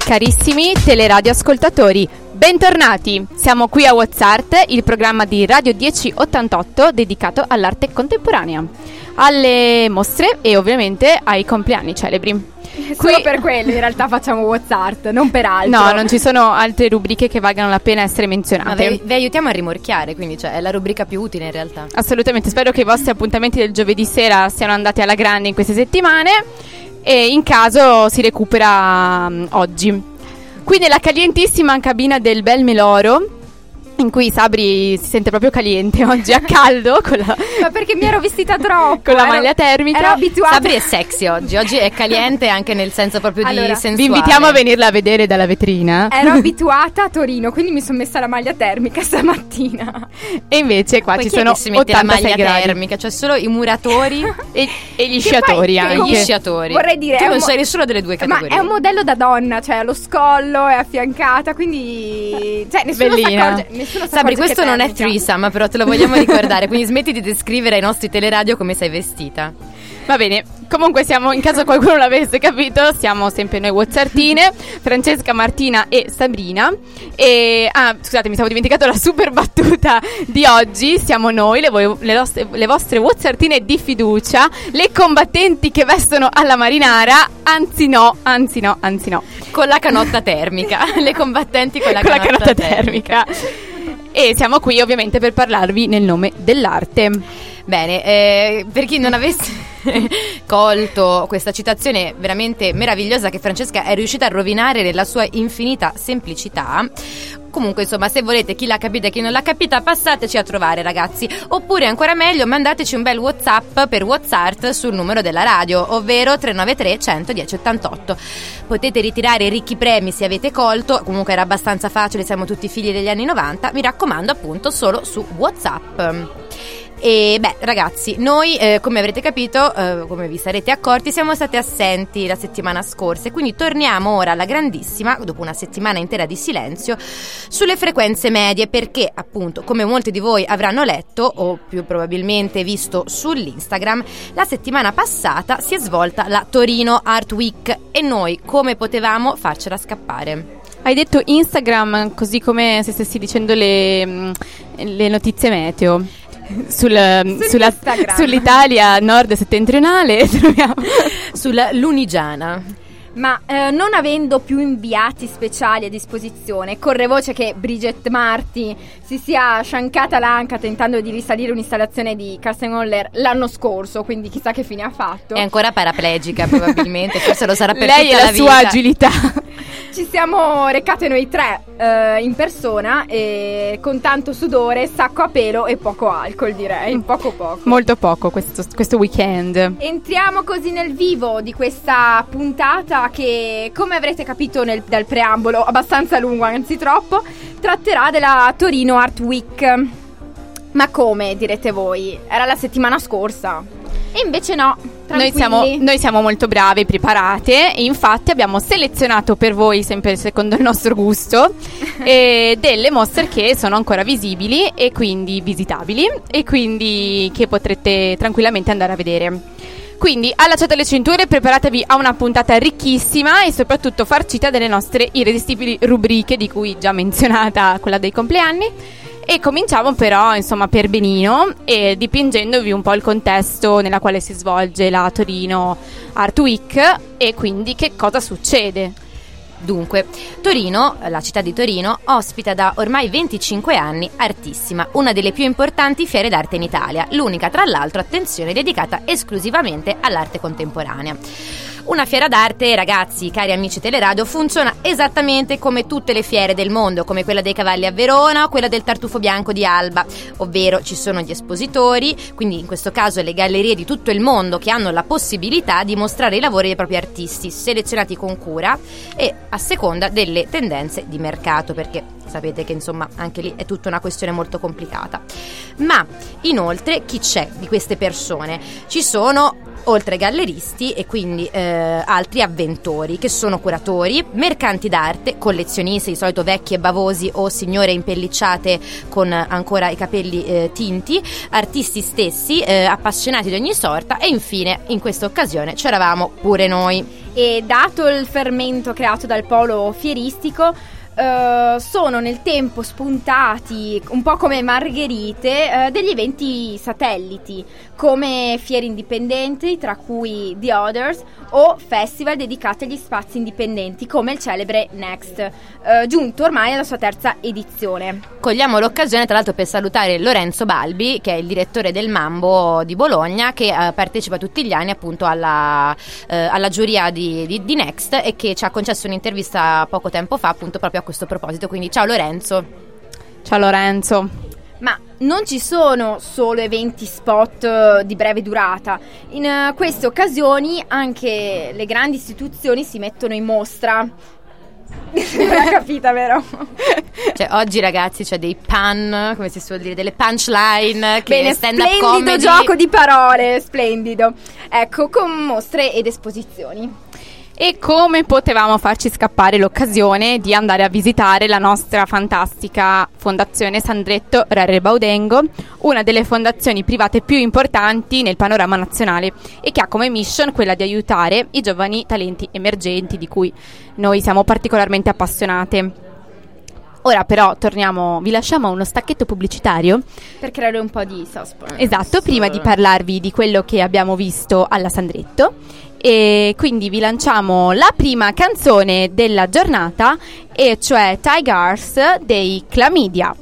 Carissimi teleradioascoltatori, bentornati! Siamo qui a WhatsArt, il programma di Radio 1088 dedicato all'arte contemporanea, alle mostre e ovviamente ai compleanni celebri. Solo per quello in realtà facciamo WhatsArt, non per altro. No, non ci sono altre rubriche che valgano la pena essere menzionate. Ma vi aiutiamo a rimorchiare, quindi è la rubrica più utile in realtà. Assolutamente, spero che i vostri appuntamenti del giovedì sera siano andati alla grande in queste settimane e in caso si recupera oggi. Qui nella calientissima cabina del Bel Meloro, in cui Sabri si sente proprio caliente oggi, a caldo ma perché mi ero vestita troppo con la maglia termica. Ero abituata. Sabri è sexy oggi è caliente anche nel senso proprio di sensuale. Vi invitiamo a venirla a vedere dalla vetrina. Ero abituata a Torino, quindi mi sono messa la maglia termica stamattina. E invece qua ci sono 86 la maglia gradi termica, cioè solo i muratori e gli sciatori anche. Gli sciatori. Vorrei dire, tu non sei nessuno delle due categorie. Ma è un modello da donna, cioè lo scollo è affiancata, quindi nessuno si accorge. Sabri, questo non è threesome, però te lo vogliamo ricordare, quindi smetti di descrivere ai nostri teleradio come sei vestita. Va bene, comunque siamo, in caso qualcuno l'avesse capito, siamo sempre noi WhatsArtine, Francesca, Martina e Sabrina. E scusate, mi stavo dimenticato la super battuta di oggi. Siamo noi, le vostre WhatsArtine di fiducia, le combattenti che vestono alla marinara, anzi no. Con la canotta termica, le combattenti con la canotta termica. E siamo qui ovviamente per parlarvi nel nome dell'arte. Bene, per chi non avesse colto questa citazione veramente meravigliosa che Francesca è riuscita a rovinare nella sua infinita semplicità, comunque insomma, se volete, chi l'ha capita e chi non l'ha capita, passateci a trovare, ragazzi, oppure ancora meglio mandateci un bel WhatsApp per WhatsArt sul numero della radio, ovvero 393 110 88. Potete ritirare i ricchi premi se avete colto, comunque era abbastanza facile, siamo tutti figli degli anni 90, mi raccomando, appunto solo su WhatsApp. E ragazzi, noi come avrete capito, come vi sarete accorti, siamo stati assenti la settimana scorsa e quindi torniamo ora alla grandissima, dopo una settimana intera di silenzio, sulle frequenze medie, perché appunto, come molti di voi avranno letto o più probabilmente visto sull'Instagram, la settimana passata si è svolta la Torino Art Week e noi come potevamo farcela scappare? Hai detto Instagram così come se stessi dicendo le notizie meteo. Sull'Italia nord settentrionale troviamo sulla Lunigiana. Ma non avendo più inviati speciali a disposizione, corre voce che Bridget Marti si sia sciancata l'anca tentando di risalire un'installazione di Carsten Holler l'anno scorso, quindi chissà che fine ha fatto. È ancora paraplegica probabilmente, forse lo sarà per lei tutta e la vita. Sua agilità. Ci siamo recate noi tre in persona e con tanto sudore, sacco a pelo e poco alcol, direi, poco. Molto poco questo weekend. Entriamo così nel vivo di questa puntata che, come avrete capito dal preambolo, abbastanza lungo, anzi troppo, tratterà della Torino Art Week. Ma come, direte voi? Era la settimana scorsa. E invece no, noi siamo molto brave e preparate e infatti abbiamo selezionato per voi, sempre secondo il nostro gusto, delle mostre che sono ancora visibili e quindi visitabili e quindi che potrete tranquillamente andare a vedere. Quindi allacciate le cinture, preparatevi a una puntata ricchissima e soprattutto farcita delle nostre irresistibili rubriche, di cui già menzionata quella dei compleanni. E cominciamo però insomma per benino e dipingendovi un po' il contesto nella quale si svolge la Torino Art Week e quindi che cosa succede. Dunque, Torino, la città di Torino, ospita da ormai 25 anni Artissima, una delle più importanti fiere d'arte in Italia, l'unica tra l'altro, attenzione, dedicata esclusivamente all'arte contemporanea. Una fiera d'arte, ragazzi, cari amici teleradio, funziona esattamente come tutte le fiere del mondo, come quella dei cavalli a Verona o quella del tartufo bianco di Alba, ovvero ci sono gli espositori, quindi in questo caso le gallerie di tutto il mondo che hanno la possibilità di mostrare i lavori dei propri artisti, selezionati con cura e a seconda delle tendenze di mercato, perché sapete che insomma anche lì è tutta una questione molto complicata. Ma inoltre chi c'è di queste persone? Ci sono oltre ai galleristi e quindi altri avventori che sono curatori, mercanti d'arte, collezionisti di solito vecchi e bavosi o signore impellicciate con ancora i capelli tinti, artisti stessi, appassionati di ogni sorta e infine in questa occasione c'eravamo pure noi. E dato il fermento creato dal polo fieristico, sono nel tempo spuntati un po' come margherite degli eventi satelliti come fiere indipendenti, tra cui The Others, o festival dedicati agli spazi indipendenti come il celebre Next, giunto ormai alla sua terza edizione. Cogliamo l'occasione tra l'altro per salutare Lorenzo Balbi, che è il direttore del Mambo di Bologna, che partecipa tutti gli anni appunto alla giuria di Next e che ci ha concesso un'intervista poco tempo fa appunto proprio a questo proposito. Quindi ciao Lorenzo. Ciao Lorenzo. Ma non ci sono solo eventi spot di breve durata. In queste occasioni anche le grandi istituzioni si mettono in mostra. L'hai capita, vero? Cioè oggi ragazzi c'è dei pun, come si suol dire, delle punchline, che bene, stand-up splendido comedy. gioco di parole, splendido. Ecco, con mostre ed esposizioni. E come potevamo farci scappare l'occasione di andare a visitare la nostra fantastica Fondazione Sandretto Rare Baudengo, una delle fondazioni private più importanti nel panorama nazionale e che ha come mission quella di aiutare i giovani talenti emergenti di cui noi siamo particolarmente appassionate. Ora però torniamo, vi lasciamo uno stacchetto pubblicitario per creare un po' di suspense. Esatto, prima di parlarvi di quello che abbiamo visto alla Sandretto. E quindi vi lanciamo la prima canzone della giornata, e cioè Tigers dei Chlamydia.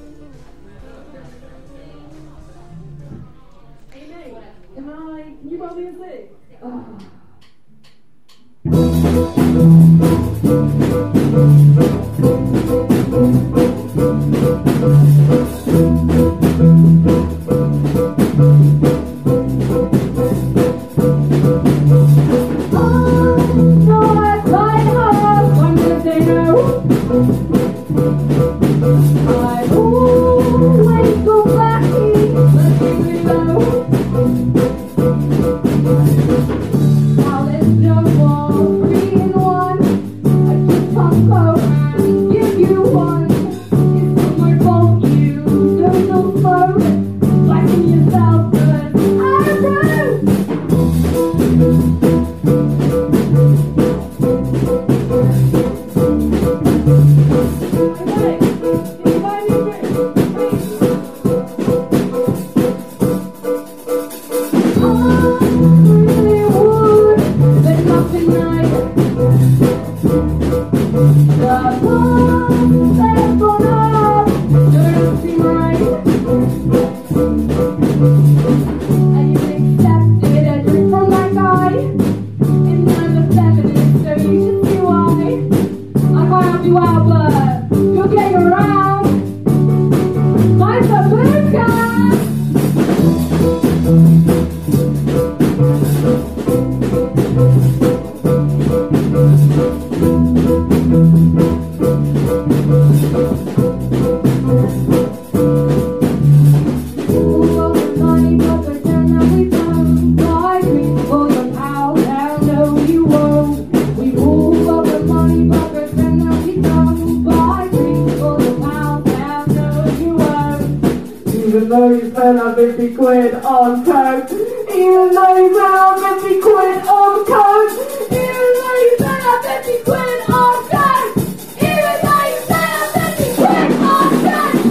Even though you spent a 50 quid on coke, even though you spent a 50 quid on coke, even though you spent a 50 quid on coke, even though you spent a 50 quid on coke.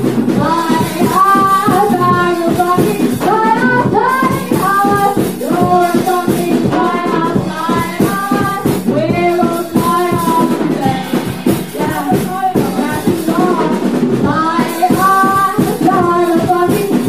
My heart, I'm a fucking fire, you're a fucking fire, we're all fire today. Yeah, my heart, I'm a fucking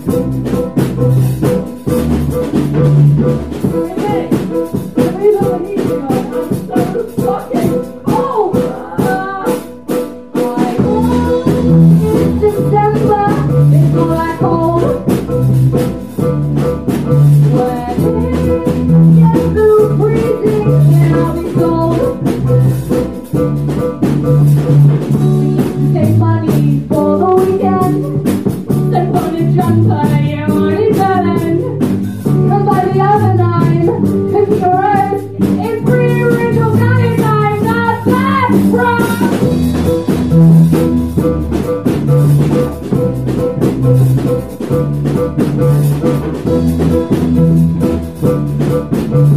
Everybody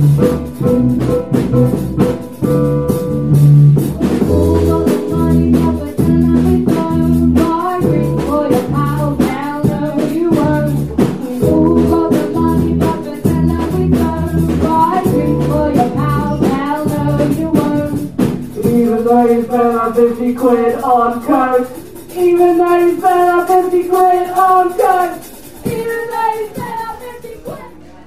Even though you spent 50 quid on coke. Even though you spent 50 quid on coke. Even though you spent 50 quid.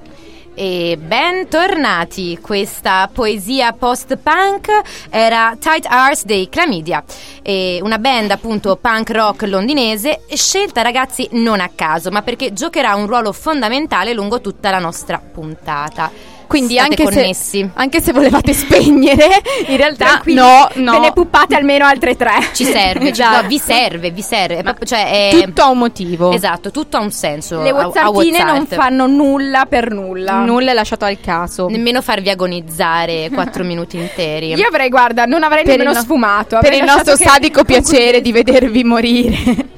E bentornati, questa poesia post-punk era Tight Arse dei Chlamydia, una band appunto punk rock londinese, scelta ragazzi non a caso, ma perché giocherà un ruolo fondamentale lungo tutta la nostra puntata. Quindi State anche se volevate spegnere, in realtà Tranquilli, no. ve ne puppate almeno altre 3. Ci serve, Esatto. no, vi serve, cioè Tutto ha un motivo. esatto, tutto ha un senso. Le a WhatsAppine non WhatsApp. fanno nulla per nulla. Nulla è lasciato al caso. Nemmeno farvi agonizzare 4 minuti interi. Io avrei, guarda, non avrei Per nemmeno il no- sfumato. Per avrei il lasciato nostro che- sadico piacere di vedervi morire.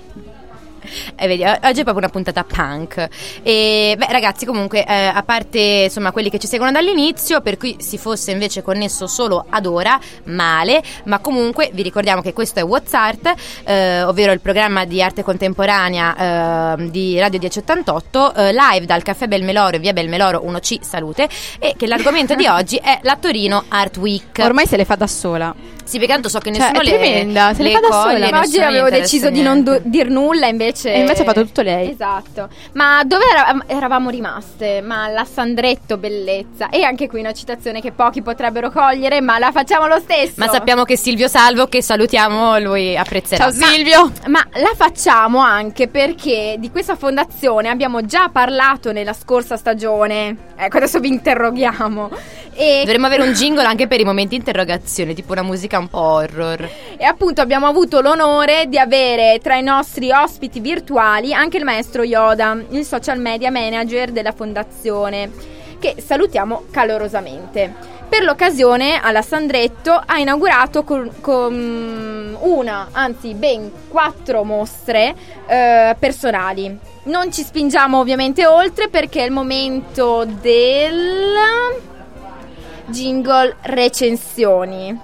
Vedi, oggi è proprio una puntata punk. E beh, ragazzi, comunque, a parte insomma quelli che ci seguono dall'inizio, per cui si fosse invece connesso solo ad ora, male, ma comunque vi ricordiamo che questo è WhatsApp, ovvero il programma di arte contemporanea di Radio 1088, live dal Caffè Belmeloro, via Belmeloro 1C, salute, e che l'argomento di oggi è la Torino Art Week. Ormai se le fa da sola. Sì, perché tanto so che Cioè, nessuno è tremenda, se ne fa da coglie, sola. Ma oggi nessuno gli avevo interessa deciso di non niente. dir nulla, invece... E invece ha fatto tutto lei. Esatto. Ma dove eravamo rimaste? Ma la Sandretto, bellezza. E anche qui una citazione che pochi potrebbero cogliere, ma la facciamo lo stesso. Ma sappiamo che Silvio Salvo, che salutiamo, lui apprezzerà. Ciao Silvio. Ma la facciamo anche perché di questa fondazione abbiamo già parlato nella scorsa stagione. Ecco, adesso vi interroghiamo. E Dovremmo avere un jingle anche per i momenti interrogazione, tipo una musica un po' horror. E appunto abbiamo avuto l'onore di avere tra i nostri ospiti virtuali anche il maestro Yoda, il social media manager della fondazione, che salutiamo calorosamente. Per l'occasione alla Sandretto ha inaugurato con ben 4 mostre personali. Non ci spingiamo ovviamente oltre perché è il momento del jingle recensioni.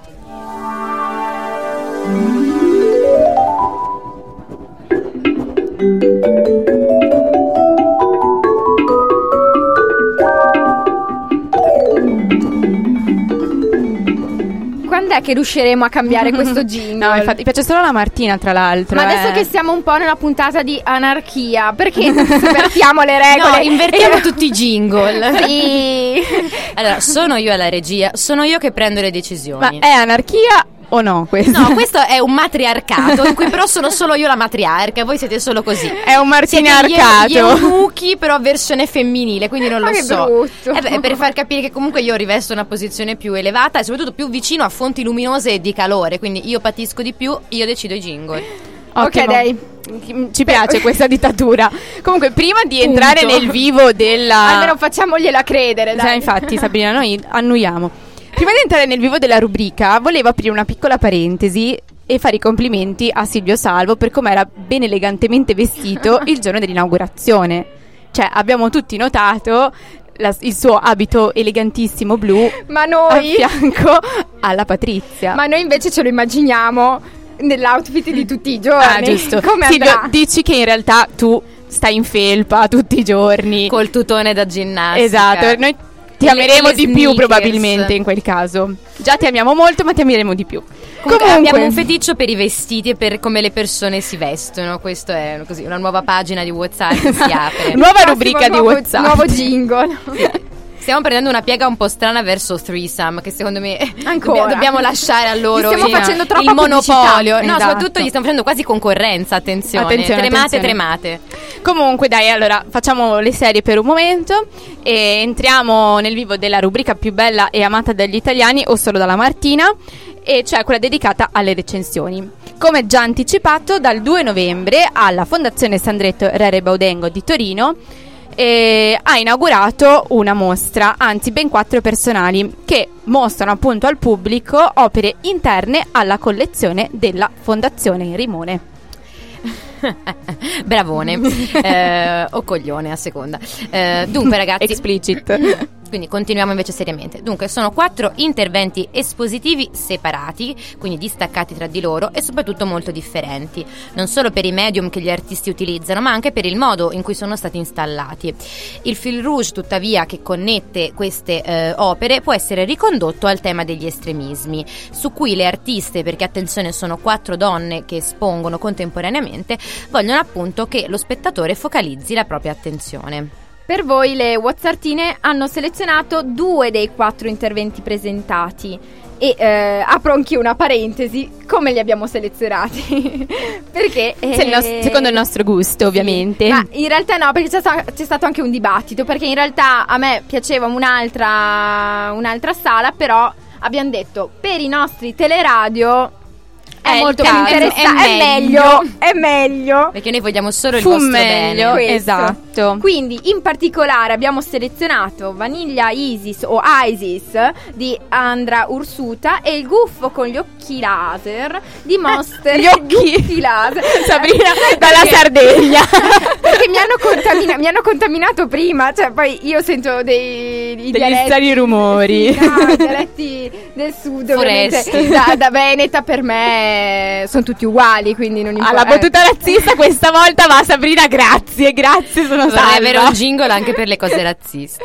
Quando è che riusciremo a cambiare questo jingle? No, infatti piace solo la Martina, tra l'altro. Ma adesso che siamo un po' nella puntata di anarchia, perché non invertiamo le regole? No, invertiamo tutti i jingle. Sì. Allora, sono io alla regia, sono io che prendo le Ma decisioni. è anarchia o no questo? No, questo è un matriarcato in cui però sono solo io la matriarca, voi siete solo così. È un martiniarcato. Siete gli eunuchi però versione femminile, quindi non Ma lo che so. brutto. Per far capire che comunque io rivesto una posizione più elevata e soprattutto più vicino a fonti luminose e di calore, quindi io patisco di più, io decido i jingle. Ok, dai. Ci piace questa dittatura. Comunque, prima di entrare Punto. nel vivo della... Almeno facciamogliela credere, dai. Infatti, Sabrina, noi annuiamo. Prima di entrare nel vivo della rubrica, volevo aprire una piccola parentesi e fare i complimenti a Silvio Salvo per come era ben elegantemente vestito il giorno dell'inaugurazione. Cioè, abbiamo tutti notato il suo abito elegantissimo blu Ma a noi fianco alla Patrizia. Ma noi invece ce lo immaginiamo nell'outfit di tutti i giorni. Ah, giusto. Come Silvio, andrà? dici che in realtà tu stai in felpa tutti i giorni. Col tutone da ginnastica. Esatto, noi ti Le- ameremo le di più sneakers. probabilmente in quel caso. Già ti amiamo molto, ma ti ameremo di più. Comunque abbiamo un feticcio per i vestiti e per come le persone si vestono. Questo è così, una nuova pagina di WhatsApp che si apre. Nuova Prossimo rubrica di nuovo- WhatsApp. Nuovo jingle. Stiamo prendendo una piega un po' strana verso threesome, che secondo me Ancora. dobbiamo lasciare a loro Gli stiamo facendo troppa il monopolio. pubblicità. No, Esatto. soprattutto gli stiamo facendo quasi concorrenza. Attenzione, tremate. Comunque dai, allora facciamo le serie per un momento e entriamo nel vivo della rubrica più bella e amata dagli italiani, o solo dalla Martina, e cioè quella dedicata alle recensioni. Come già anticipato, dal 2 novembre alla Fondazione Sandretto Rere Baudengo di Torino ha inaugurato una mostra, anzi ben 4 personali, che mostrano appunto al pubblico opere interne alla collezione della Fondazione Rimone. Bravone o coglione a seconda. Dunque ragazzi, Explicit. Quindi continuiamo invece seriamente. Dunque sono 4 interventi espositivi separati, quindi distaccati tra di loro e soprattutto molto differenti, non solo per i medium che gli artisti utilizzano, ma anche per il modo in cui sono stati installati. Il fil rouge, tuttavia, che connette queste opere può essere ricondotto al tema degli estremismi, su cui le artiste, perché attenzione sono 4 donne che espongono contemporaneamente, vogliono appunto che lo spettatore focalizzi la propria attenzione. Per voi le Wazzartine hanno selezionato 2 dei 4 interventi presentati e apro anch'io una parentesi, come li abbiamo selezionati? Perché secondo il nostro gusto, ovviamente. Ma in realtà no, perché c'è stato anche un dibattito, perché in realtà a me piaceva un'altra sala, però abbiamo detto per i nostri teleradio è molto più interessante, è meglio perché noi vogliamo solo il vostro meglio, bene. esatto. Quindi in particolare abbiamo selezionato Vanilla Isis o Isis di Andra Ursuta e il guffo con gli occhi laser di Monster. Gli occhi laser Sabrina dalla Sardegna. Perché mi hanno contaminato prima, cioè poi io sento degli strani rumori, dialetti del sud, ovviamente da Veneta, per me sono tutti uguali, quindi non importa. Alla battuta razzista questa volta va Sabrina, grazie, sono salva. Vorrei avere un jingle anche per le cose razziste.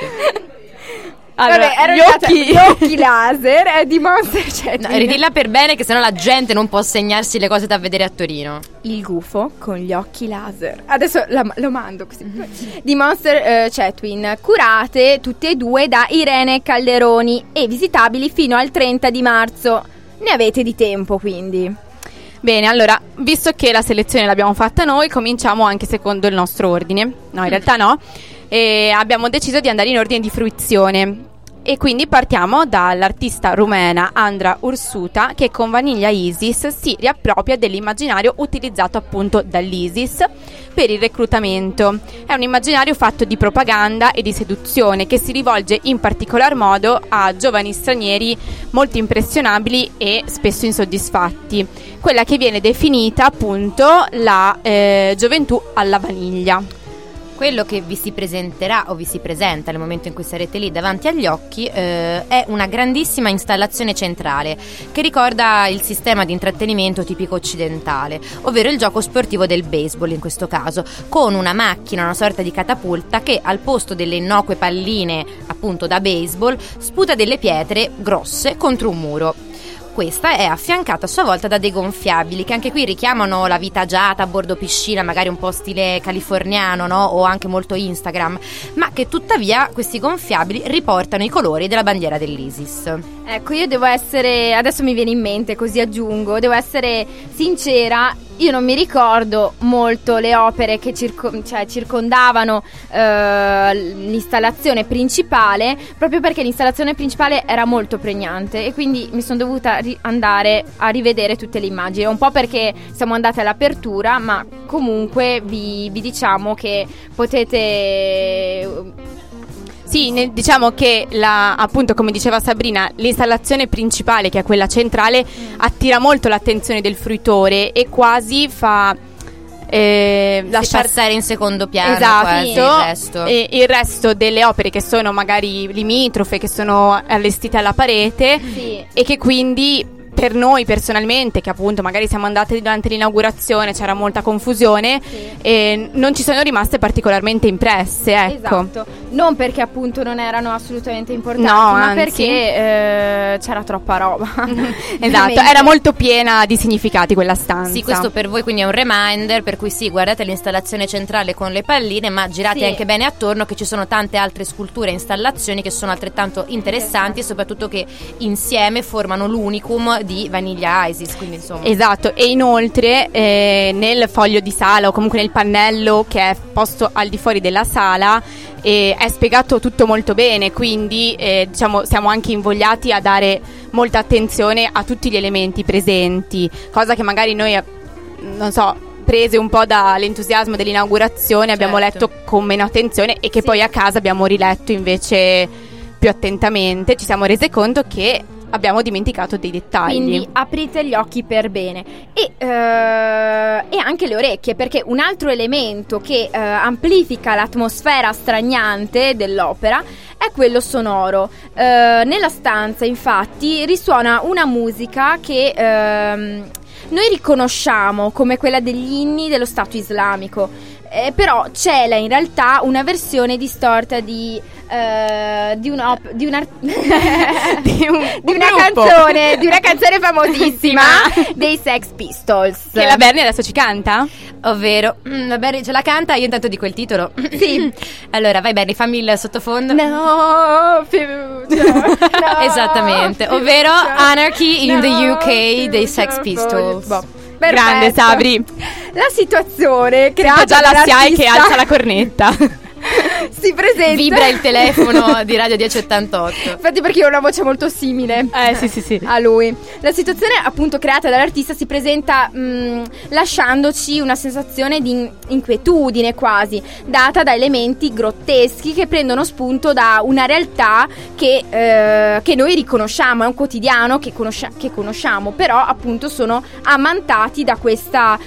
Allora, gli occhi laser di Monster. No, ridilla per bene, che sennò la gente non può segnarsi le cose da vedere a Torino. Il gufo con gli occhi laser. Adesso lo mando così. Di Monster Chatwin, curate tutte e 2 da Irene Calderoni e visitabili fino al 30 di marzo. Ne avete di tempo, quindi. Bene, allora, visto che la selezione l'abbiamo fatta noi, cominciamo anche secondo il nostro ordine. No, in realtà no. E abbiamo deciso di andare in ordine di fruizione. E quindi partiamo dall'artista rumena Andra Ursuta, che con Vanilla Isis si riappropria dell'immaginario utilizzato appunto dall'ISIS per il reclutamento. È un immaginario fatto di propaganda e di seduzione che si rivolge in particolar modo a giovani stranieri molto impressionabili e spesso insoddisfatti. Quella che viene definita appunto la gioventù alla vaniglia. Quello che vi si presenterà o vi si presenta nel momento in cui sarete lì davanti agli occhi è una grandissima installazione centrale che ricorda il sistema di intrattenimento tipico occidentale, ovvero il gioco sportivo del baseball in questo caso, con una macchina, una sorta di catapulta che al posto delle innocue palline appunto da baseball sputa delle pietre grosse contro un muro. Questa è affiancata a sua volta da dei gonfiabili che anche qui richiamano la vita agiata a bordo piscina, magari un po' stile californiano, no? O anche molto Instagram, ma che tuttavia questi gonfiabili riportano i colori della bandiera dell'ISIS. Ecco, io devo essere, adesso mi viene in mente, così aggiungo, devo essere sincera, io non mi ricordo molto le opere che circondavano l'installazione principale, proprio perché l'installazione principale era molto pregnante e quindi mi sono dovuta andare a rivedere tutte le immagini, un po' perché siamo andate all'apertura, ma comunque vi diciamo che potete... Sì, diciamo che appunto, come diceva Sabrina, l'installazione principale, che è quella centrale, attira molto l'attenzione del fruitore e quasi fa passare in secondo piano, esatto, quasi il resto. E il resto delle opere che sono magari limitrofe, che sono allestite alla parete, sì. E che quindi per noi personalmente, che appunto magari siamo andate durante l'inaugurazione, c'era molta confusione, sì. E non ci sono rimaste particolarmente impresse, ecco. Esatto, non perché appunto non erano assolutamente importanti, no, ma anzi. perché c'era troppa roba. Esatto, era molto piena di significati quella stanza. Sì, questo per voi quindi è un reminder, per cui sì, guardate l'installazione centrale con le palline, ma girate sì. anche bene attorno, che ci sono tante altre sculture e installazioni che sono altrettanto interessanti, esatto. E soprattutto che insieme formano l'unicum di Vanilla Isis, quindi insomma. Esatto, e inoltre nel foglio di sala o comunque nel pannello che è posto al di fuori della sala è spiegato tutto molto bene, quindi diciamo siamo anche invogliati a dare molta attenzione a tutti gli elementi presenti, cosa che magari noi non so, prese un po' dall'entusiasmo dell'inaugurazione, certo. Abbiamo letto con meno attenzione e che sì. Poi a casa abbiamo riletto invece più attentamente, ci siamo rese conto che abbiamo dimenticato dei dettagli. Quindi aprite gli occhi per bene e anche le orecchie, perché un altro elemento che amplifica l'atmosfera straniante dell'opera è quello sonoro. Nella stanza infatti risuona una musica che noi riconosciamo come quella degli inni dello Stato islamico, però cela in realtà una versione distorta di una canzone famosissima dei Sex Pistols, Che la Berni adesso ci canta? Ovvero, la Berni ce la canta, io intanto dico il titolo. Sì. Allora, vai Berni, fammi il sottofondo. No future, no Esattamente, ovvero Anarchy in the UK dei Sex Pistols. Perfetto. Grande Sabri. La situazione creata Già la SIAE che dall'artista alza la cornetta. si presenta. Vibra il telefono di Radio 1088. Infatti, perché io ho una voce molto simile Sì. a lui. La situazione appunto creata dall'artista si presenta lasciandoci una sensazione di inquietudine quasi, data da elementi grotteschi che prendono spunto da una realtà che noi riconosciamo, è un quotidiano che conosciamo, però appunto sono ammantati da questo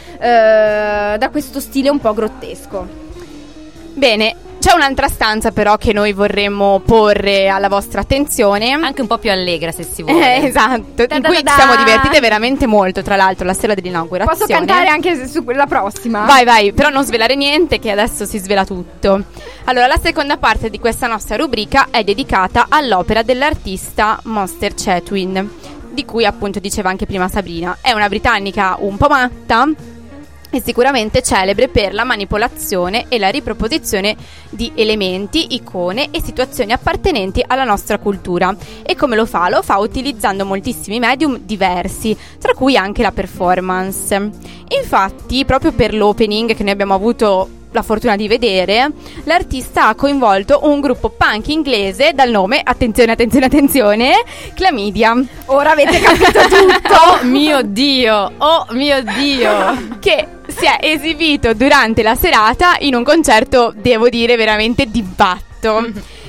stile un po' grottesco. Bene, c'è un'altra stanza però che noi vorremmo porre alla vostra attenzione. Anche un po' più allegra, se si vuole. Esatto, in cui ci siamo divertite veramente molto, tra l'altro, la sera dell'inaugurazione. Posso cantare anche su quella prossima? Vai, però non svelare niente, che adesso si svela tutto. Allora, la seconda parte di questa nostra rubrica è dedicata all'opera dell'artista Monster Chatwin, di cui appunto diceva anche prima Sabrina. È una britannica un po' matta e sicuramente celebre per la manipolazione e la riproposizione di elementi, icone e situazioni appartenenti alla nostra cultura. E come lo fa? Lo fa utilizzando moltissimi medium diversi, tra cui anche la performance. Infatti, proprio per l'opening che noi abbiamo avuto la fortuna di vedere, l'artista ha coinvolto un gruppo punk inglese dal nome, attenzione, Chlamydia. Ora avete capito tutto. Oh mio Dio, Che si è esibito durante la serata in un concerto, devo dire, veramente di impatto.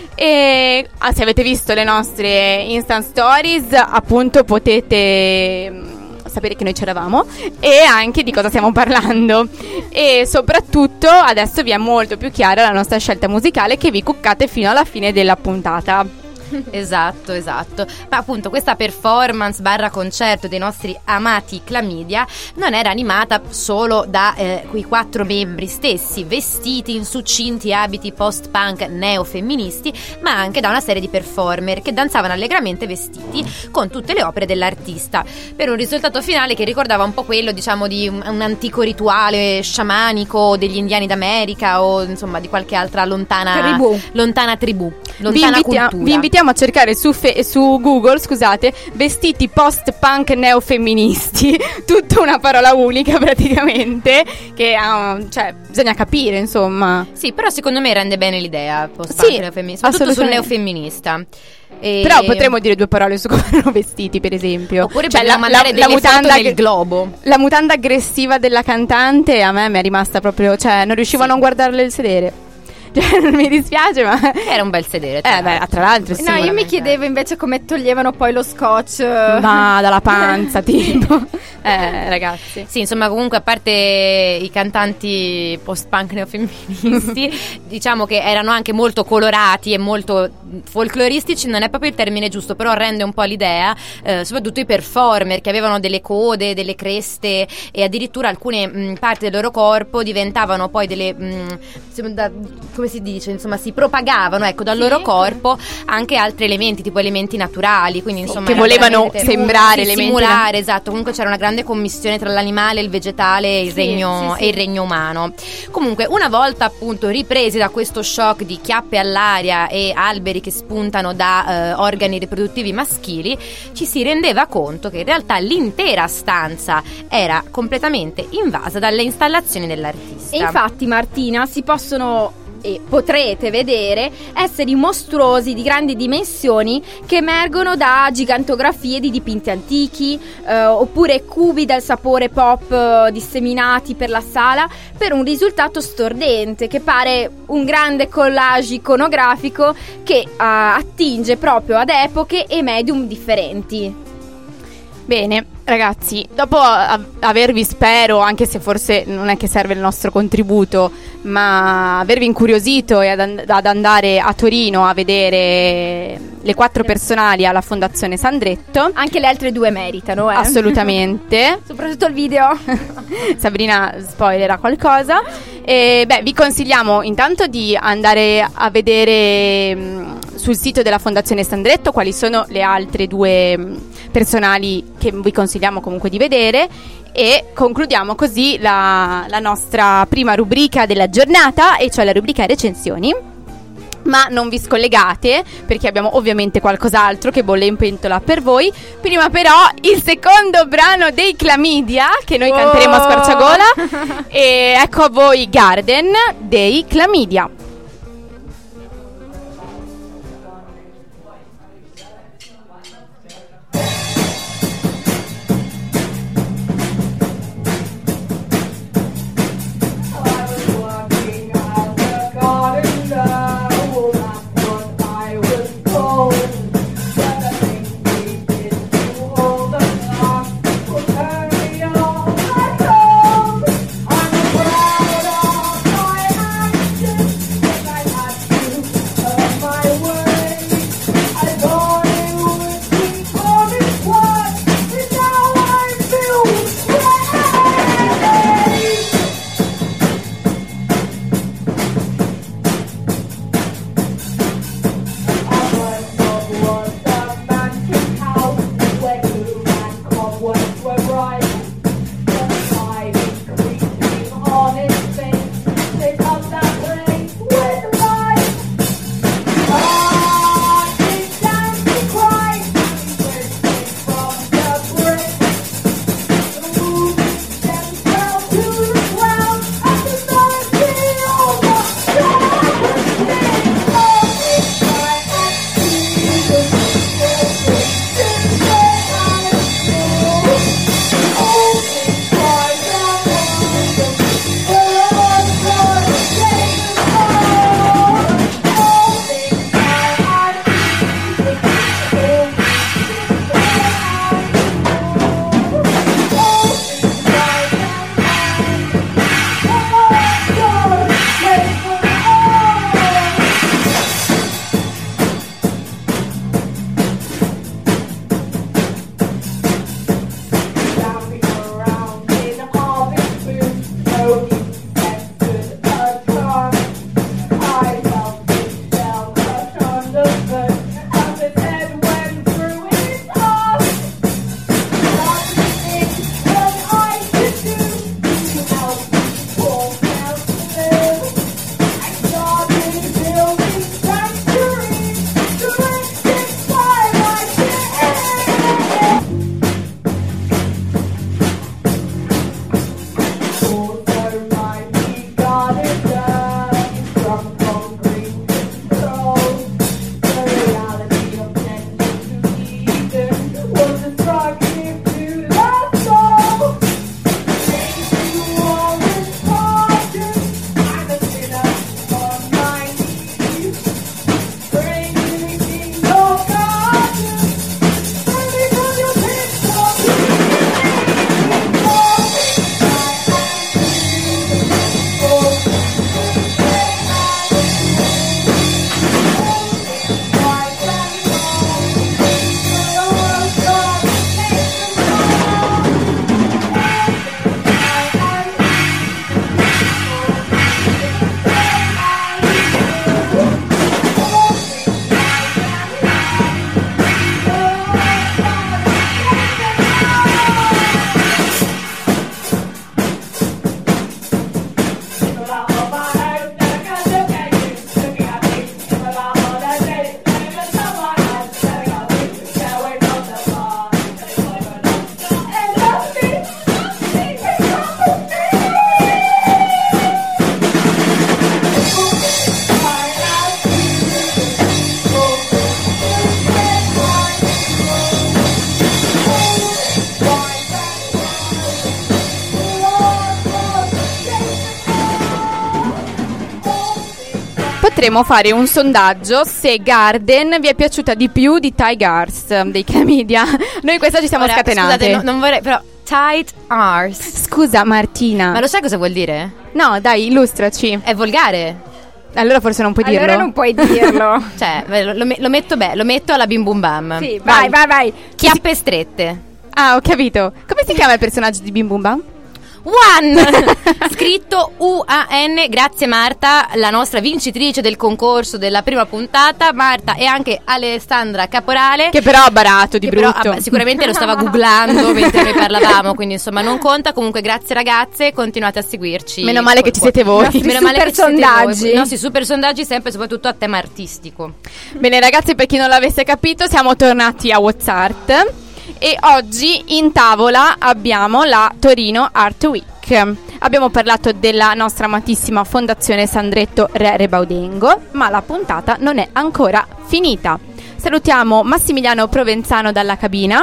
E se avete visto le nostre Instant Stories, appunto potete sapere che noi c'eravamo e anche di cosa stiamo parlando, e soprattutto adesso vi è molto più chiara la nostra scelta musicale, che vi cuccate fino alla fine della puntata. Esatto. Ma appunto questa performance / concerto dei nostri amati Chlamydia non era animata solo da quei 4 membri stessi, vestiti in succinti abiti post-punk neofemministi, ma anche da una serie di performer che danzavano allegramente vestiti con tutte le opere dell'artista, per un risultato finale che ricordava un po' quello, diciamo, di un antico rituale sciamanico degli indiani d'America, o insomma di qualche altra lontana tribù, cultura. Vi invitiamo a cercare su Google, scusate, vestiti post-punk neofemministi, tutta una parola unica praticamente, che cioè bisogna capire, insomma. Sì, però secondo me rende bene l'idea post-punk neofemminista, soprattutto sul neofemminista. Però potremmo dire 2 parole su come erano vestiti, per esempio. Oppure la mutanda nel globo. La mutanda aggressiva della cantante a me mi è rimasta proprio, cioè non riuscivo a non guardarle il sedere. Cioè, non mi dispiace, ma era un bel sedere. Tra l'altro no, io mi chiedevo invece come toglievano poi lo scotch. Ma dalla panza, tipo. Ragazzi. Sì, insomma, comunque, a parte i cantanti post-punk neofemministi, diciamo che erano anche molto colorati e molto folcloristici, non è proprio il termine giusto, però rende un po' l'idea, soprattutto i performer che avevano delle code, delle creste, e addirittura alcune parti del loro corpo diventavano poi delle come si dice, insomma, si propagavano, ecco, dal loro corpo anche altri elementi, tipo elementi naturali, quindi insomma che volevano sembrare elementi simulare, esatto. Comunque c'era una grande commistione tra l'animale, il vegetale e il regno umano. Comunque, una volta appunto ripresi da questo shock di chiappe all'aria e alberi che spuntano da organi riproduttivi maschili, ci si rendeva conto che in realtà l'intera stanza era completamente invasa dalle installazioni dell'artista. E infatti, Martina, si possono e potrete vedere esseri mostruosi di grandi dimensioni che emergono da gigantografie di dipinti antichi, oppure cubi dal sapore pop disseminati per la sala, per un risultato stordente che pare un grande collage iconografico che attinge proprio ad epoche e medium differenti. Bene, ragazzi, dopo avervi, spero, anche se forse non è che serve il nostro contributo, ma avervi incuriosito e ad andare a Torino a vedere le 4 personali alla Fondazione Sandretto. Anche le altre 2 meritano, Assolutamente. Soprattutto il video. Sabrina spoilerà qualcosa. E, vi consigliamo intanto di andare a vedere sul sito della Fondazione Sandretto quali sono le altre 2 personali che vi consigliamo comunque di vedere, e concludiamo così la nostra prima rubrica della giornata, e cioè la rubrica recensioni. Ma non vi scollegate, perché abbiamo ovviamente qualcos'altro che bolle in pentola per voi. Prima però il secondo brano dei Chlamydia, che noi canteremo a squarciagola. E ecco a voi Garden dei Chlamydia. potremo fare un sondaggio se Garden vi è piaciuta di più di Tigers dei Chlamydia. Noi questa ci siamo scatenate. Scusate, non vorrei, però tight arse. Scusa Martina. Ma lo sai cosa vuol dire? No, dai, illustraci. È volgare. Allora forse non puoi dirlo. Allora non puoi dirlo. Cioè, lo metto alla bim bum bam. Sì, vai. Chiappe strette. Ah, ho capito. Come si chiama il personaggio di Bim Bum Bam? One scritto UAN. Grazie Marta, la nostra vincitrice del concorso della prima puntata. Marta e anche Alessandra Caporale, Che però ha barato di che però, brutto. sicuramente lo stava googlando mentre noi parlavamo, quindi insomma non conta. Comunque grazie ragazze, continuate a seguirci. Meno male che ci siete voi. Meno male che ci siete sondaggi. voi. I nostri super sondaggi, sempre soprattutto a tema artistico. Bene ragazzi, per chi non l'avesse capito, siamo tornati a WhatsApp e oggi in tavola abbiamo la Torino Art Week. Abbiamo parlato della nostra amatissima Fondazione Sandretto Re Rebaudengo, ma la puntata non è ancora finita. Salutiamo Massimiliano Provenzano dalla cabina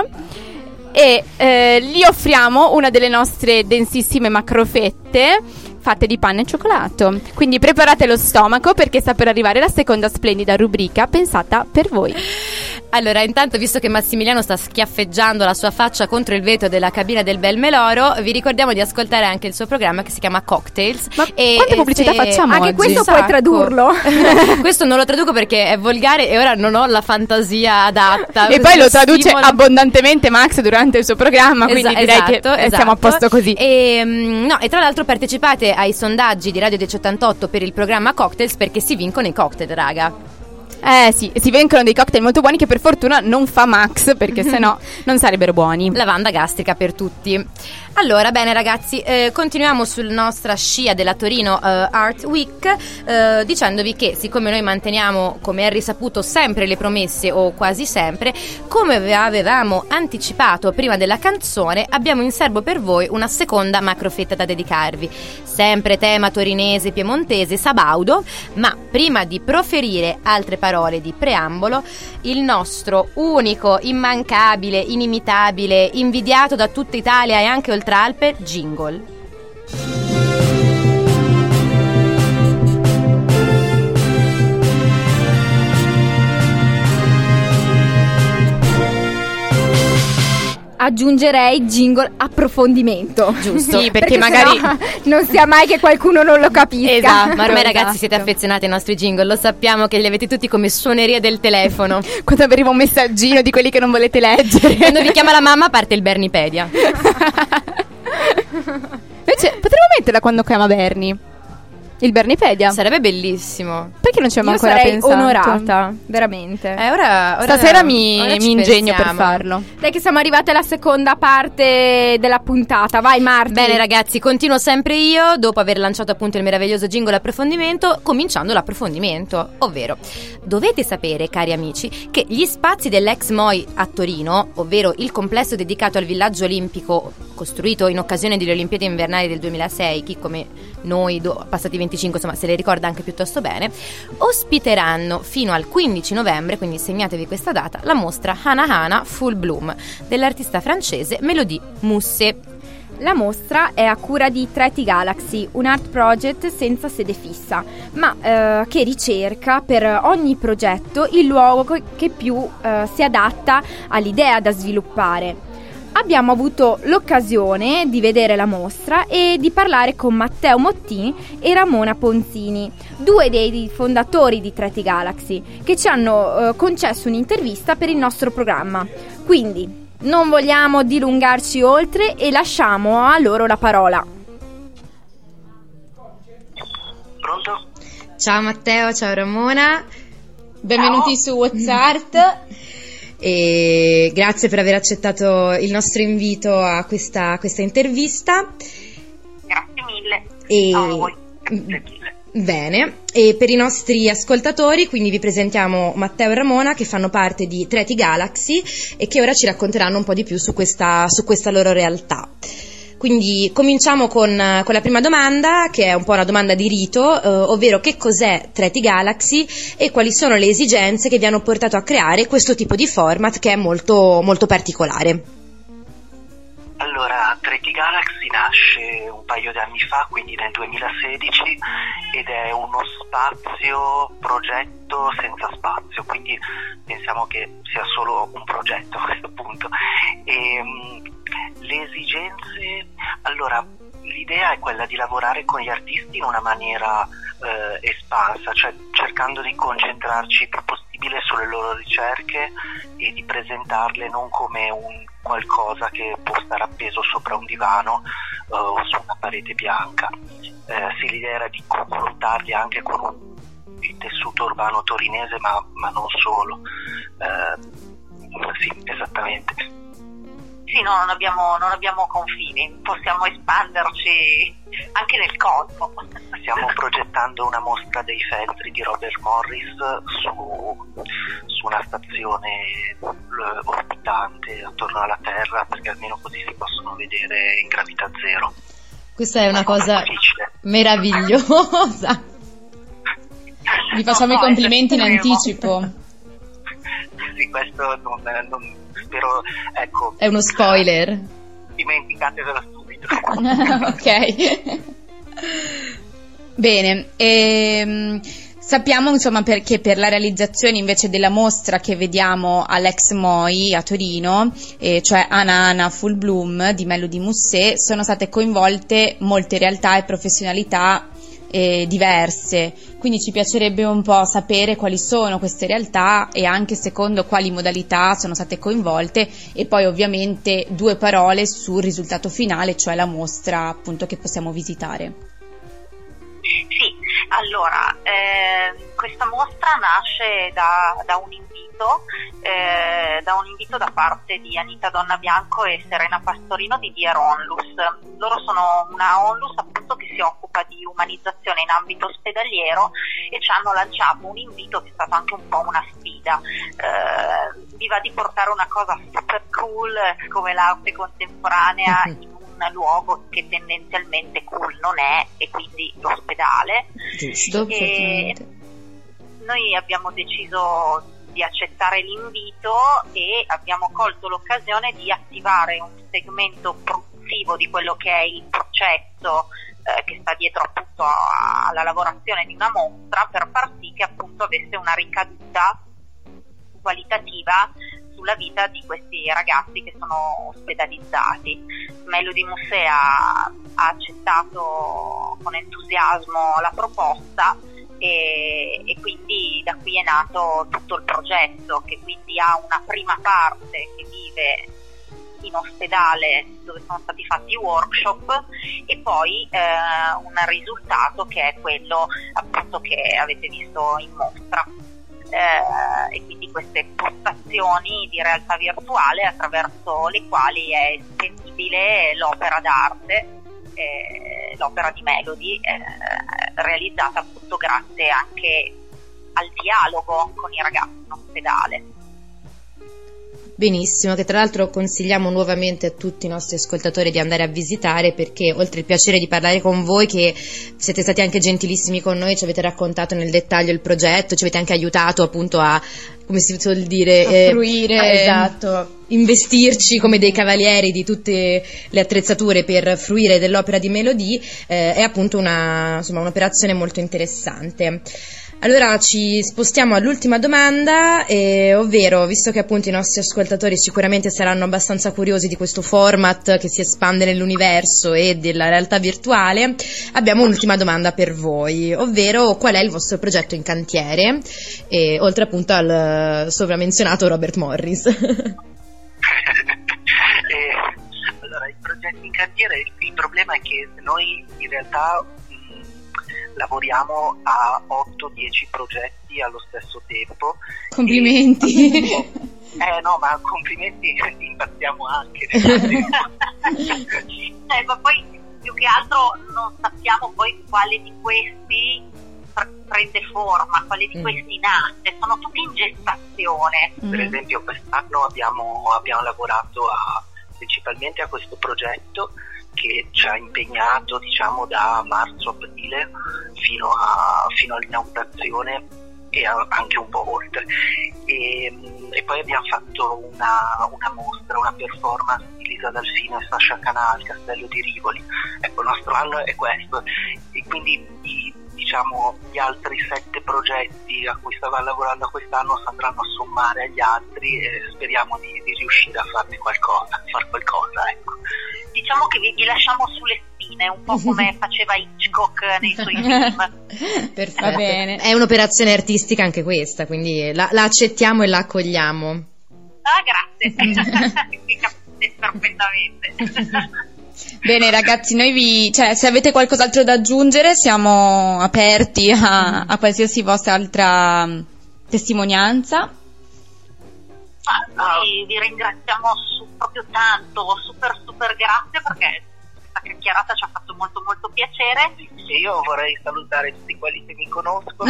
e gli offriamo una delle nostre densissime macrofette fatte di panna e cioccolato. Quindi preparate lo stomaco perché sta per arrivare la seconda splendida rubrica pensata per voi. Allora, intanto, visto che Massimiliano sta schiaffeggiando la sua faccia contro il vetro della cabina del Bel Meloro, vi ricordiamo di ascoltare anche il suo programma che si chiama Cocktails. Ma quante pubblicità facciamo Anche oggi? questo puoi tradurlo. Questo non lo traduco perché è volgare e ora non ho la fantasia adatta. E poi lo traduce Stimola- abbondantemente Max durante il suo programma, quindi direi che siamo a posto così. E tra l'altro partecipate ai sondaggi di Radio 1088 per il programma Cocktails, perché si vincono i cocktail, raga. Sì, si vengono dei cocktail molto buoni che per fortuna non fa Max, perché sennò non sarebbero buoni. Lavanda gastrica per tutti. Allora, bene ragazzi, continuiamo sulla nostra scia della Torino Art Week, dicendovi che siccome noi manteniamo, come è risaputo, sempre le promesse o quasi sempre, come avevamo anticipato prima della canzone, abbiamo in serbo per voi una seconda macrofetta da dedicarvi. Sempre tema torinese, piemontese, sabaudo, ma prima di proferire altre parole di preambolo, il nostro unico, immancabile, inimitabile, invidiato da tutta Italia e anche oltre Alpe, jingle. Aggiungerei jingle approfondimento. Giusto. Sì, perché magari sennò non sia mai che qualcuno non lo capisca. Esatto. Ma ormai ragazzi siete affezionati ai nostri jingle, lo sappiamo che li avete tutti come suoneria del telefono. quando avremo un messaggino di quelli che non volete leggere. Quando vi chiama la mamma parte il Bernipedia. Invece potremmo metterla quando chiama Bernie. Il Bernipedia. Sarebbe bellissimo. Perché non ci abbiamo Io ancora sarei pensato? onorata, veramente. Ora Stasera ora mi ci ingegno per pensiamo. farlo. Dai che siamo arrivate alla seconda parte della puntata. Vai Marti. Bene ragazzi, continuo sempre io, dopo aver lanciato appunto il meraviglioso jingle approfondimento, cominciando l'approfondimento, ovvero dovete sapere, cari amici, che gli spazi dell'ex MOI a Torino, ovvero il complesso dedicato al villaggio olimpico costruito in occasione delle Olimpiadi invernali del 2006, chi come noi passati 25 insomma se le ricorda anche piuttosto bene, ospiteranno fino al 15 novembre, quindi segnatevi questa data, la mostra Hana Hana Full Bloom dell'artista francese Mélodie Musset. La mostra è a cura di Treti Galaxy, un art project senza sede fissa, ma che ricerca per ogni progetto il luogo che più si adatta all'idea da sviluppare. Abbiamo avuto l'occasione di vedere la mostra e di parlare con Matteo Mottini e Ramona Ponzini, due dei fondatori di Treti Galaxy, che ci hanno concesso un'intervista per il nostro programma. Quindi non vogliamo dilungarci oltre e lasciamo a loro la parola. Pronto? Ciao Matteo, ciao Ramona, benvenuti su WhatsApp e grazie per aver accettato il nostro invito a questa intervista. Grazie mille. E No, voi. Grazie mille. bene, e per i nostri ascoltatori quindi vi presentiamo Matteo e Ramona, che fanno parte di Treti Galaxy e che ora ci racconteranno un po' di più su questa loro realtà. Quindi cominciamo con la prima domanda, che è un po' una domanda di rito, ovvero che cos'è Treti Galaxy e quali sono le esigenze che vi hanno portato a creare questo tipo di format che è molto, molto particolare. Allora, Treti Galaxy nasce un paio di anni fa, quindi nel 2016, ed è uno progetto senza spazio, quindi pensiamo che sia solo un progetto a questo punto. Le esigenze, allora, l'idea è quella di lavorare con gli artisti in una maniera espansa, cioè cercando di concentrarci il più possibile sulle loro ricerche e di presentarle non come un qualcosa che può stare appeso sopra un divano o su una parete bianca. Sì, l'idea era di confrontarli anche con il tessuto urbano torinese, ma non solo. Sì, esattamente. Sì, no, non abbiamo confini, possiamo espanderci anche nel cosmo. Stiamo progettando una mostra dei feltri di Robert Morris su una stazione orbitante attorno alla Terra, perché almeno così si possono vedere in gravità zero. Questa è una cosa meravigliosa. Vi facciamo i complimenti in anticipo. Sì, questo non spero, ecco. È uno spoiler. Dimenticatevelo subito. Ok. Bene, sappiamo insomma che per la realizzazione invece della mostra che vediamo all'Ex Moi a Torino, cioè Ana Ana Full Bloom di Melody Musset, sono state coinvolte molte realtà e professionalità diverse, quindi ci piacerebbe un po' sapere quali sono queste realtà e anche secondo quali modalità sono state coinvolte, e poi ovviamente 2 parole sul risultato finale, cioè la mostra appunto che possiamo visitare. Sì, allora questa mostra nasce da un invito da parte di Anita Donnabianco e Serena Pastorino di Dear Onlus. Loro sono una onlus appunto che si occupa di umanizzazione in ambito ospedaliero e ci hanno lanciato un invito che è stato anche un po' una sfida. Vi va di portare una cosa super cool come l'arte contemporanea in un luogo che tendenzialmente cool non è, e quindi l'ospedale. Giusto, noi abbiamo deciso di accettare l'invito e abbiamo colto l'occasione di attivare un segmento produttivo di quello che è il processo che sta dietro appunto alla lavorazione di una mostra, per far sì che appunto avesse una ricaduta qualitativa sulla vita di questi ragazzi che sono ospedalizzati. Melody Musset ha accettato con entusiasmo la proposta e quindi da qui è nato tutto il progetto, che quindi ha una prima parte che vive in ospedale dove sono stati fatti i workshop e poi un risultato che è quello appunto che avete visto in mostra. E quindi queste postazioni di realtà virtuale attraverso le quali è estendibile l'opera d'arte, l'opera di Melody, realizzata appunto grazie anche al dialogo con i ragazzi in ospedale. Benissimo, che tra l'altro consigliamo nuovamente a tutti i nostri ascoltatori di andare a visitare, perché oltre il piacere di parlare con voi, che siete stati anche gentilissimi con noi, ci avete raccontato nel dettaglio il progetto, ci avete anche aiutato appunto a, come si suol dire, a fruire, esatto, investirci come dei cavalieri di tutte le attrezzature per fruire dell'opera di Melody, è appunto un'operazione molto interessante. Allora ci spostiamo all'ultima domanda, ovvero, visto che appunto i nostri ascoltatori sicuramente saranno abbastanza curiosi di questo format che si espande nell'universo e della realtà virtuale, abbiamo un'ultima domanda per voi, ovvero qual è il vostro progetto in cantiere, oltre appunto al sovramenzionato Robert Morris. Allora, i progetti in cantiere, il problema è che noi in realtà lavoriamo a 8-10 progetti allo stesso tempo. Complimenti. No, ma complimenti li impazziamo anche. Ma poi più che altro non sappiamo poi quale di questi prende forma, quale di questi nasce, sono tutti in gestazione. Per esempio quest'anno abbiamo lavorato principalmente a questo progetto che ci ha impegnato, diciamo, da marzo-aprile fino all'inaugurazione, anche un po' oltre. E poi abbiamo fatto una mostra, una performance di Lisa Dalfino e Sasha Canà al Castello di Rivoli. Ecco, il nostro anno è questo, e quindi gli altri 7 progetti a cui stava lavorando quest'anno si andranno a sommare agli altri e speriamo di riuscire a far qualcosa, ecco. Diciamo che vi lasciamo sulle spine, un po' come faceva Hitchcock nei suoi film. Perfetto. Va bene. È un'operazione artistica anche questa, quindi la accettiamo e la accogliamo. Ah, grazie. Mi capite perfettamente. Bene ragazzi, noi se avete qualcos'altro da aggiungere siamo aperti a qualsiasi vostra altra testimonianza. Noi vi ringraziamo proprio tanto, super grazie, perché questa chiacchierata ci ha fatto molto molto piacere. E io vorrei salutare tutti quelli che mi conoscono.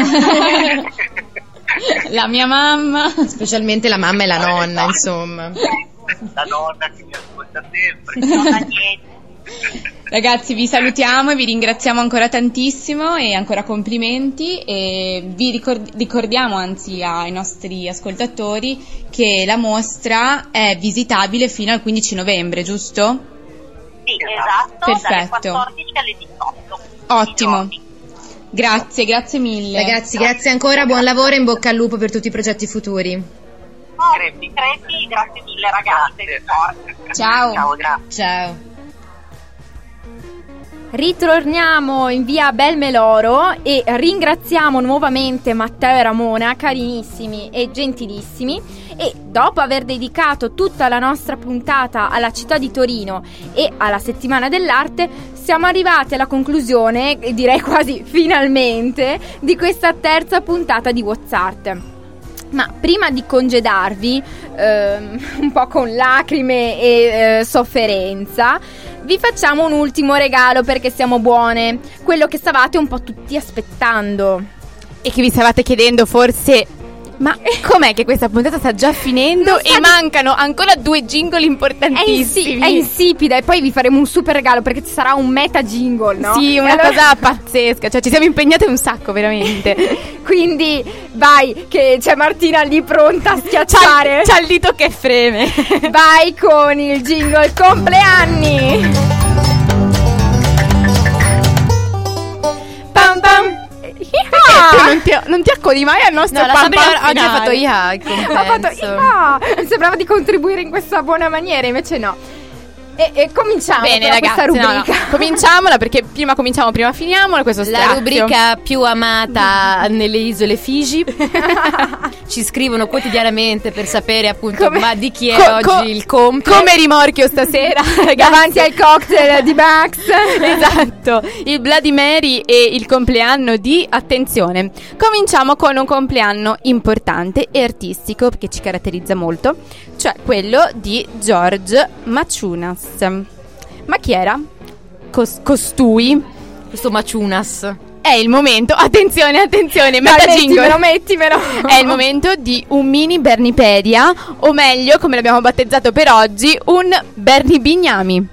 La mia mamma, specialmente la mamma e la nonna, insomma. La nonna che mi ascolta sempre. Nonna niente. Ragazzi, vi salutiamo e vi ringraziamo ancora tantissimo e ancora complimenti, e vi ricordiamo anzi ai nostri ascoltatori che la mostra è visitabile fino al 15 novembre, giusto? Sì, esatto, perfetto. Dalle 14 alle 18. Ottimo. Grazie mille. Ragazzi, grazie ancora, buon lavoro e in bocca al lupo per tutti i progetti futuri. Crepi, grazie mille ragazze. Ciao. Grazie. Ciao. Ritorniamo in via Belmeloro e ringraziamo nuovamente Matteo e Ramona, carinissimi e gentilissimi, e dopo aver dedicato tutta la nostra puntata alla città di Torino e alla settimana dell'arte, siamo arrivati alla conclusione, direi quasi finalmente, di questa terza puntata di WhatsApp. Ma prima di congedarvi, un po' con lacrime e sofferenza, vi facciamo un ultimo regalo perché siamo buone, quello che stavate un po' tutti aspettando e che vi stavate chiedendo forse: ma com'è che questa puntata sta già finendo e mancano ancora 2 jingle importantissimi? È insipida, e poi vi faremo un super regalo perché ci sarà un meta jingle, no? Sì, una cosa pazzesca, cioè ci siamo impegnate un sacco, veramente. Quindi vai, che c'è Martina lì pronta a schiacciare. C'ha il dito che freme. Vai con il jingle compleanni. Pam pam. Non ti accodi mai al nostro la pam pam Sabrina oggi ha fatto finale. il compenso. Sembrava di contribuire in questa buona maniera, invece no. E cominciamo. Bene, ragazzi, questa rubrica. no. Cominciamola, perché prima cominciamo, prima finiamola. Questo La strazio. rubrica più amata nelle isole Figi. Ci scrivono quotidianamente per sapere appunto ma di chi è oggi il compito. Come rimorchio stasera, ragazzi. Davanti al cocktail di Max. Esatto, il Bloody Mary e il compleanno di, attenzione, cominciamo con un compleanno importante e artistico che ci caratterizza molto, cioè quello di George Maciunas. Ma chi era? Costui? Questo Maciunas. È il momento, attenzione, meta jingle. Mettimelo. È il momento di un mini Bernipedia, o meglio, come l'abbiamo battezzato per oggi, un Berni Bignami.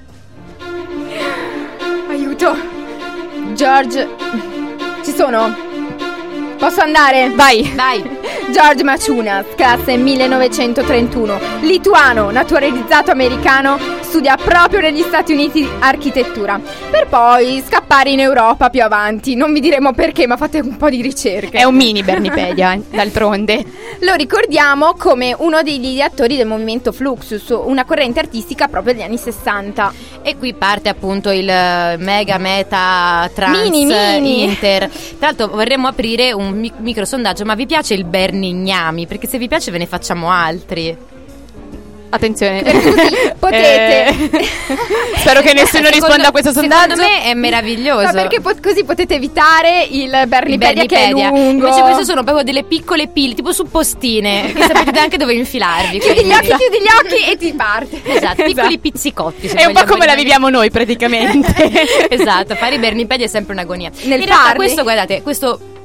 Aiuto. George, ci sono? Posso andare? Vai. George Maciunas, classe 1931, lituano, naturalizzato americano, studia proprio negli Stati Uniti architettura, per poi scappare in Europa più avanti. Non vi diremo perché, ma fate un po' di ricerche. È un mini Bernipedia, d'altronde. Lo ricordiamo come uno degli ideatori del movimento Fluxus, una corrente artistica proprio degli anni 60. E qui parte appunto il mega meta trans mini. inter. Tra l'altro vorremmo aprire un micro sondaggio: ma vi piace il Bernignami? Perché se vi piace ve ne facciamo altri. Attenzione, potete. Spero che nessuno risponda a questo sondaggio. Secondo me è meraviglioso. Ma perché così potete evitare il Bernipedia che è lungo. Invece queste sono proprio delle piccole pile, tipo suppostine, che sapete anche dove infilarvi. Chiudi gli occhi e ti parte. Esatto, piccoli pizzicotti. È un po' come la viviamo noi praticamente. Esatto, fare i Bernipedia è sempre un'agonia. Nel in realtà questo, guardate, questo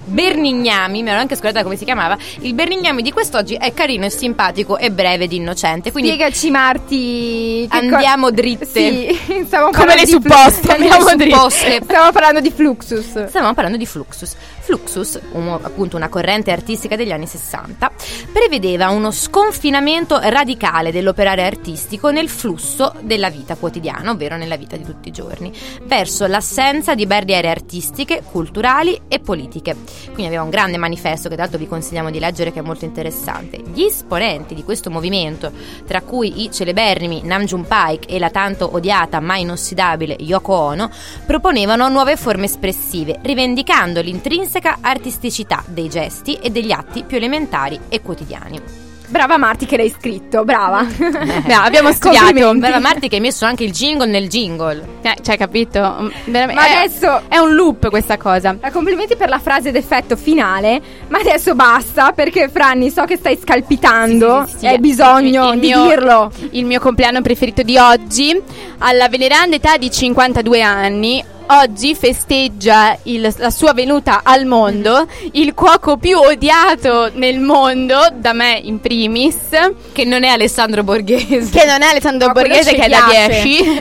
Bernignami, mi ero anche scordata come si chiamava. Il Bernignami di quest'oggi è carino e simpatico e breve ed innocente. Quindi spiegaci, Marti. Andiamo dritte. Sì, come le supposte. Andiamo dritte. Stiamo parlando di Fluxus. Stiamo parlando di Fluxus. Fluxus, appunto una corrente artistica degli anni 60, prevedeva uno sconfinamento radicale dell'operare artistico nel flusso della vita quotidiana, ovvero nella vita di tutti i giorni, verso l'assenza di barriere artistiche, culturali e politiche. Quindi aveva un grande manifesto che tra l'altro vi consigliamo di leggere, che è molto interessante. Gli esponenti di questo movimento, tra cui i celeberrimi Namjoon Paik e la tanto odiata ma inossidabile Yoko Ono, proponevano nuove forme espressive, rivendicando l'intrinseca artisticità dei gesti e degli atti più elementari e quotidiani. Brava Marti che l'hai scritto, brava. Abbiamo studiato. Brava Marti che hai messo anche il jingle nel jingle. Cioè, capito? Ma adesso è un loop questa cosa. Complimenti per la frase d'effetto finale, ma adesso basta, perché Franni so che stai scalpitando. Sì. Hai bisogno di dirlo. Il mio compleanno preferito di oggi, alla veneranda età di 52 anni, oggi festeggia la sua venuta al mondo il cuoco più odiato nel mondo, da me in primis, che non è Alessandro Borghese. Che è da 10.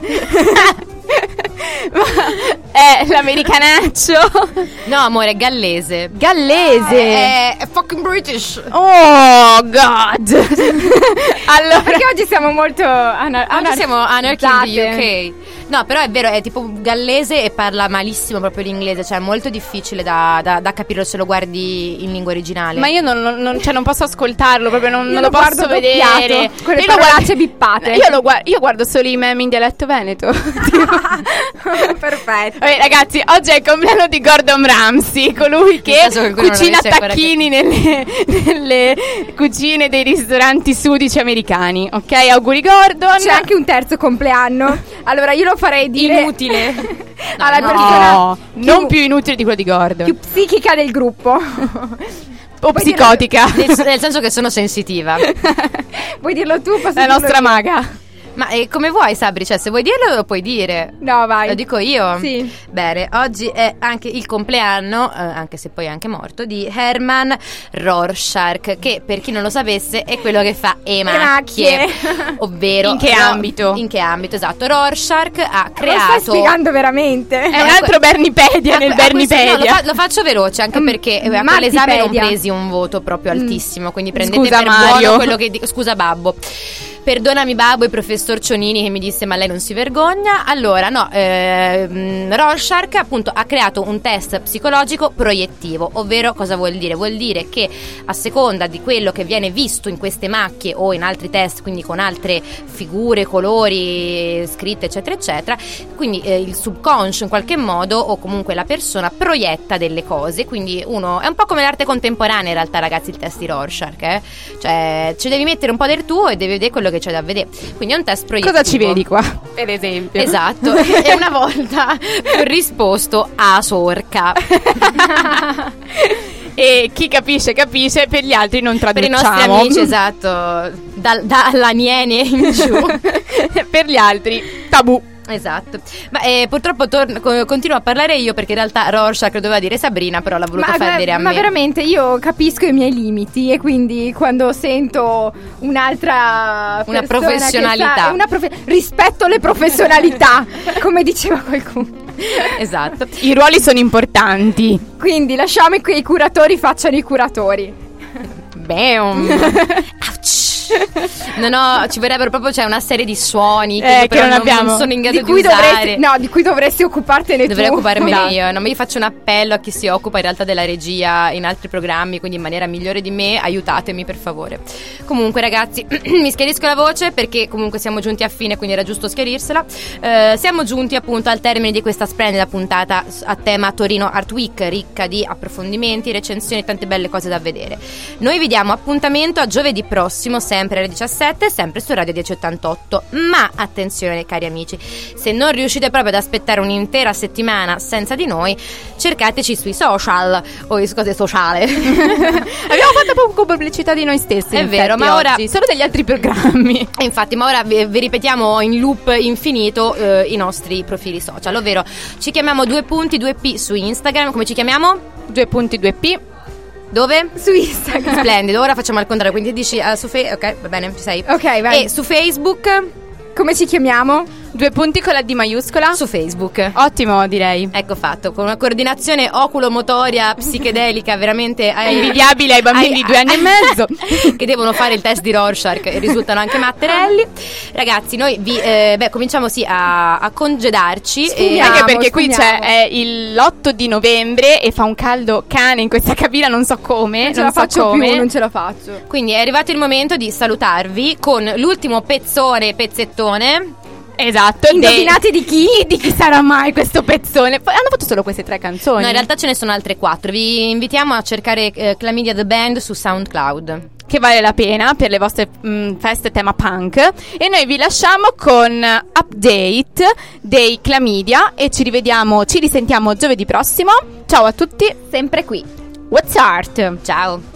È l'americanaccio. No, amore, è gallese. È fucking British. Oh god. Allora, perché oggi siamo molto oggi siamo anarchy in the UK. No, però è vero, è tipo gallese e parla malissimo proprio l'inglese, cioè è molto difficile da capirlo se lo guardi in lingua originale. Ma io non posso ascoltarlo, proprio non lo posso vedere. Con le parolacce bippate. Io guardo solo i meme in dialetto veneto. Perfetto. Vabbè, ragazzi, oggi è il compleanno di Gordon Ramsay, colui che cucina tacchini nelle cucine dei ristoranti sudici americani. Ok, auguri Gordon. C'è anche un terzo compleanno. Allora io lo farei dire inutile. alla persona non più inutile di quello di Gordon, più psichica del gruppo. O psicotica. Nel senso che sono sensitiva. Vuoi dirlo tu? La nostra maga. Ma come vuoi, Sabri? Cioè, se vuoi dirlo lo puoi dire. No, vai. Lo dico io? Sì. Bene, oggi è anche il compleanno, anche se poi è anche morto, di Herman Rorschach, che per chi non lo sapesse è quello che fa macchie. Ovvero in che ambito? In che ambito, esatto. Rorschach ha creato. Lo stai spiegando veramente? È un altro Bernipedia nel Bernipedia. No, lo faccio veloce, anche perché a quell'esame non presi un voto proprio altissimo, quindi prendete Scusa, per Mario. buono quello che dico. Scusa Babbo. Perdonami Babbo, il professor Cionini che mi disse ma lei non si vergogna. Allora no, Rorschach appunto ha creato un test psicologico proiettivo, ovvero cosa vuol dire? Vuol dire che a seconda di quello che viene visto in queste macchie o in altri test, quindi con altre figure, colori, scritte eccetera eccetera, quindi il subconscio in qualche modo o comunque la persona proietta delle cose, quindi uno è un po' come l'arte contemporanea in realtà, ragazzi, il test di Rorschach, cioè ci devi mettere un po' del tuo e devi vedere quello che c'è da vedere, quindi è un test proiettivo. Cosa ci vedi qua, per esempio? Esatto. E una volta ho risposto a sorca. E chi capisce, per gli altri non traduciamo. Per i nostri amici, esatto, dalla Niene in giù. Per gli altri, tabù. Esatto, ma purtroppo continuo a parlare io perché in realtà Rorschach doveva dire Sabrina, però l'ha voluto far dire a me. Ma veramente io capisco i miei limiti e quindi quando sento un'altra una professionalità rispetto le professionalità, come diceva qualcuno. Esatto, i ruoli sono importanti, quindi lasciamo che i curatori facciano i curatori. No, ci vorrebbero proprio una serie di suoni che non abbiamo, non sono in grado di usare. Di cui dovresti occupartene Dovrei tu. occuparmene io. No, ma io faccio un appello a chi si occupa in realtà della regia in altri programmi, quindi in maniera migliore di me, aiutatemi per favore. Comunque ragazzi, mi schiarisco la voce perché comunque siamo giunti a fine, quindi era giusto schiarirsela. Siamo giunti appunto al termine di questa splendida puntata a tema Torino Art Week, ricca di approfondimenti, recensioni e tante belle cose da vedere. Noi vi diamo appuntamento a giovedì prossimo, 6 sempre alle 17, sempre su Radio 1088. Ma attenzione cari amici, se non riuscite proprio ad aspettare un'intera settimana senza di noi, cercateci sui social o in cose sociali. Abbiamo fatto poco pubblicità di noi stessi. È vero, ma ora solo degli altri programmi. Infatti, ma ora vi ripetiamo in loop infinito i nostri profili social, ovvero ci chiamiamo 2.2p su Instagram. Come ci chiamiamo? 2.2p. Dove? Su Instagram. Splendido, ora facciamo al contrario, quindi dici ok, va bene, ci sei. Ok, vai. E su Facebook? Come ci chiamiamo? 2 punti con la D maiuscola. Su Facebook. Ottimo, direi. Ecco fatto, con una coordinazione oculomotoria psichedelica veramente invidiabile ai bambini di 2 anni e mezzo che devono fare il test di Rorschach e risultano anche matterelli. Ragazzi, noi cominciamo a congedarci. Anche perché qui c'è l'8 di novembre e fa un caldo cane in questa cabina, non so come. Non ce la faccio. Quindi è arrivato il momento di salutarvi con l'ultimo pezzettone. Esatto. Indovinate di chi? Di chi sarà mai questo pezzone? Hanno fatto solo queste 3 canzoni. No, in realtà ce ne sono altre 4. Vi invitiamo a cercare Chlamydia the Band su SoundCloud, che vale la pena per le vostre feste tema punk. E noi vi lasciamo con Update dei Chlamydia e ci risentiamo giovedì prossimo. Ciao a tutti, sempre qui. What's Art? Ciao.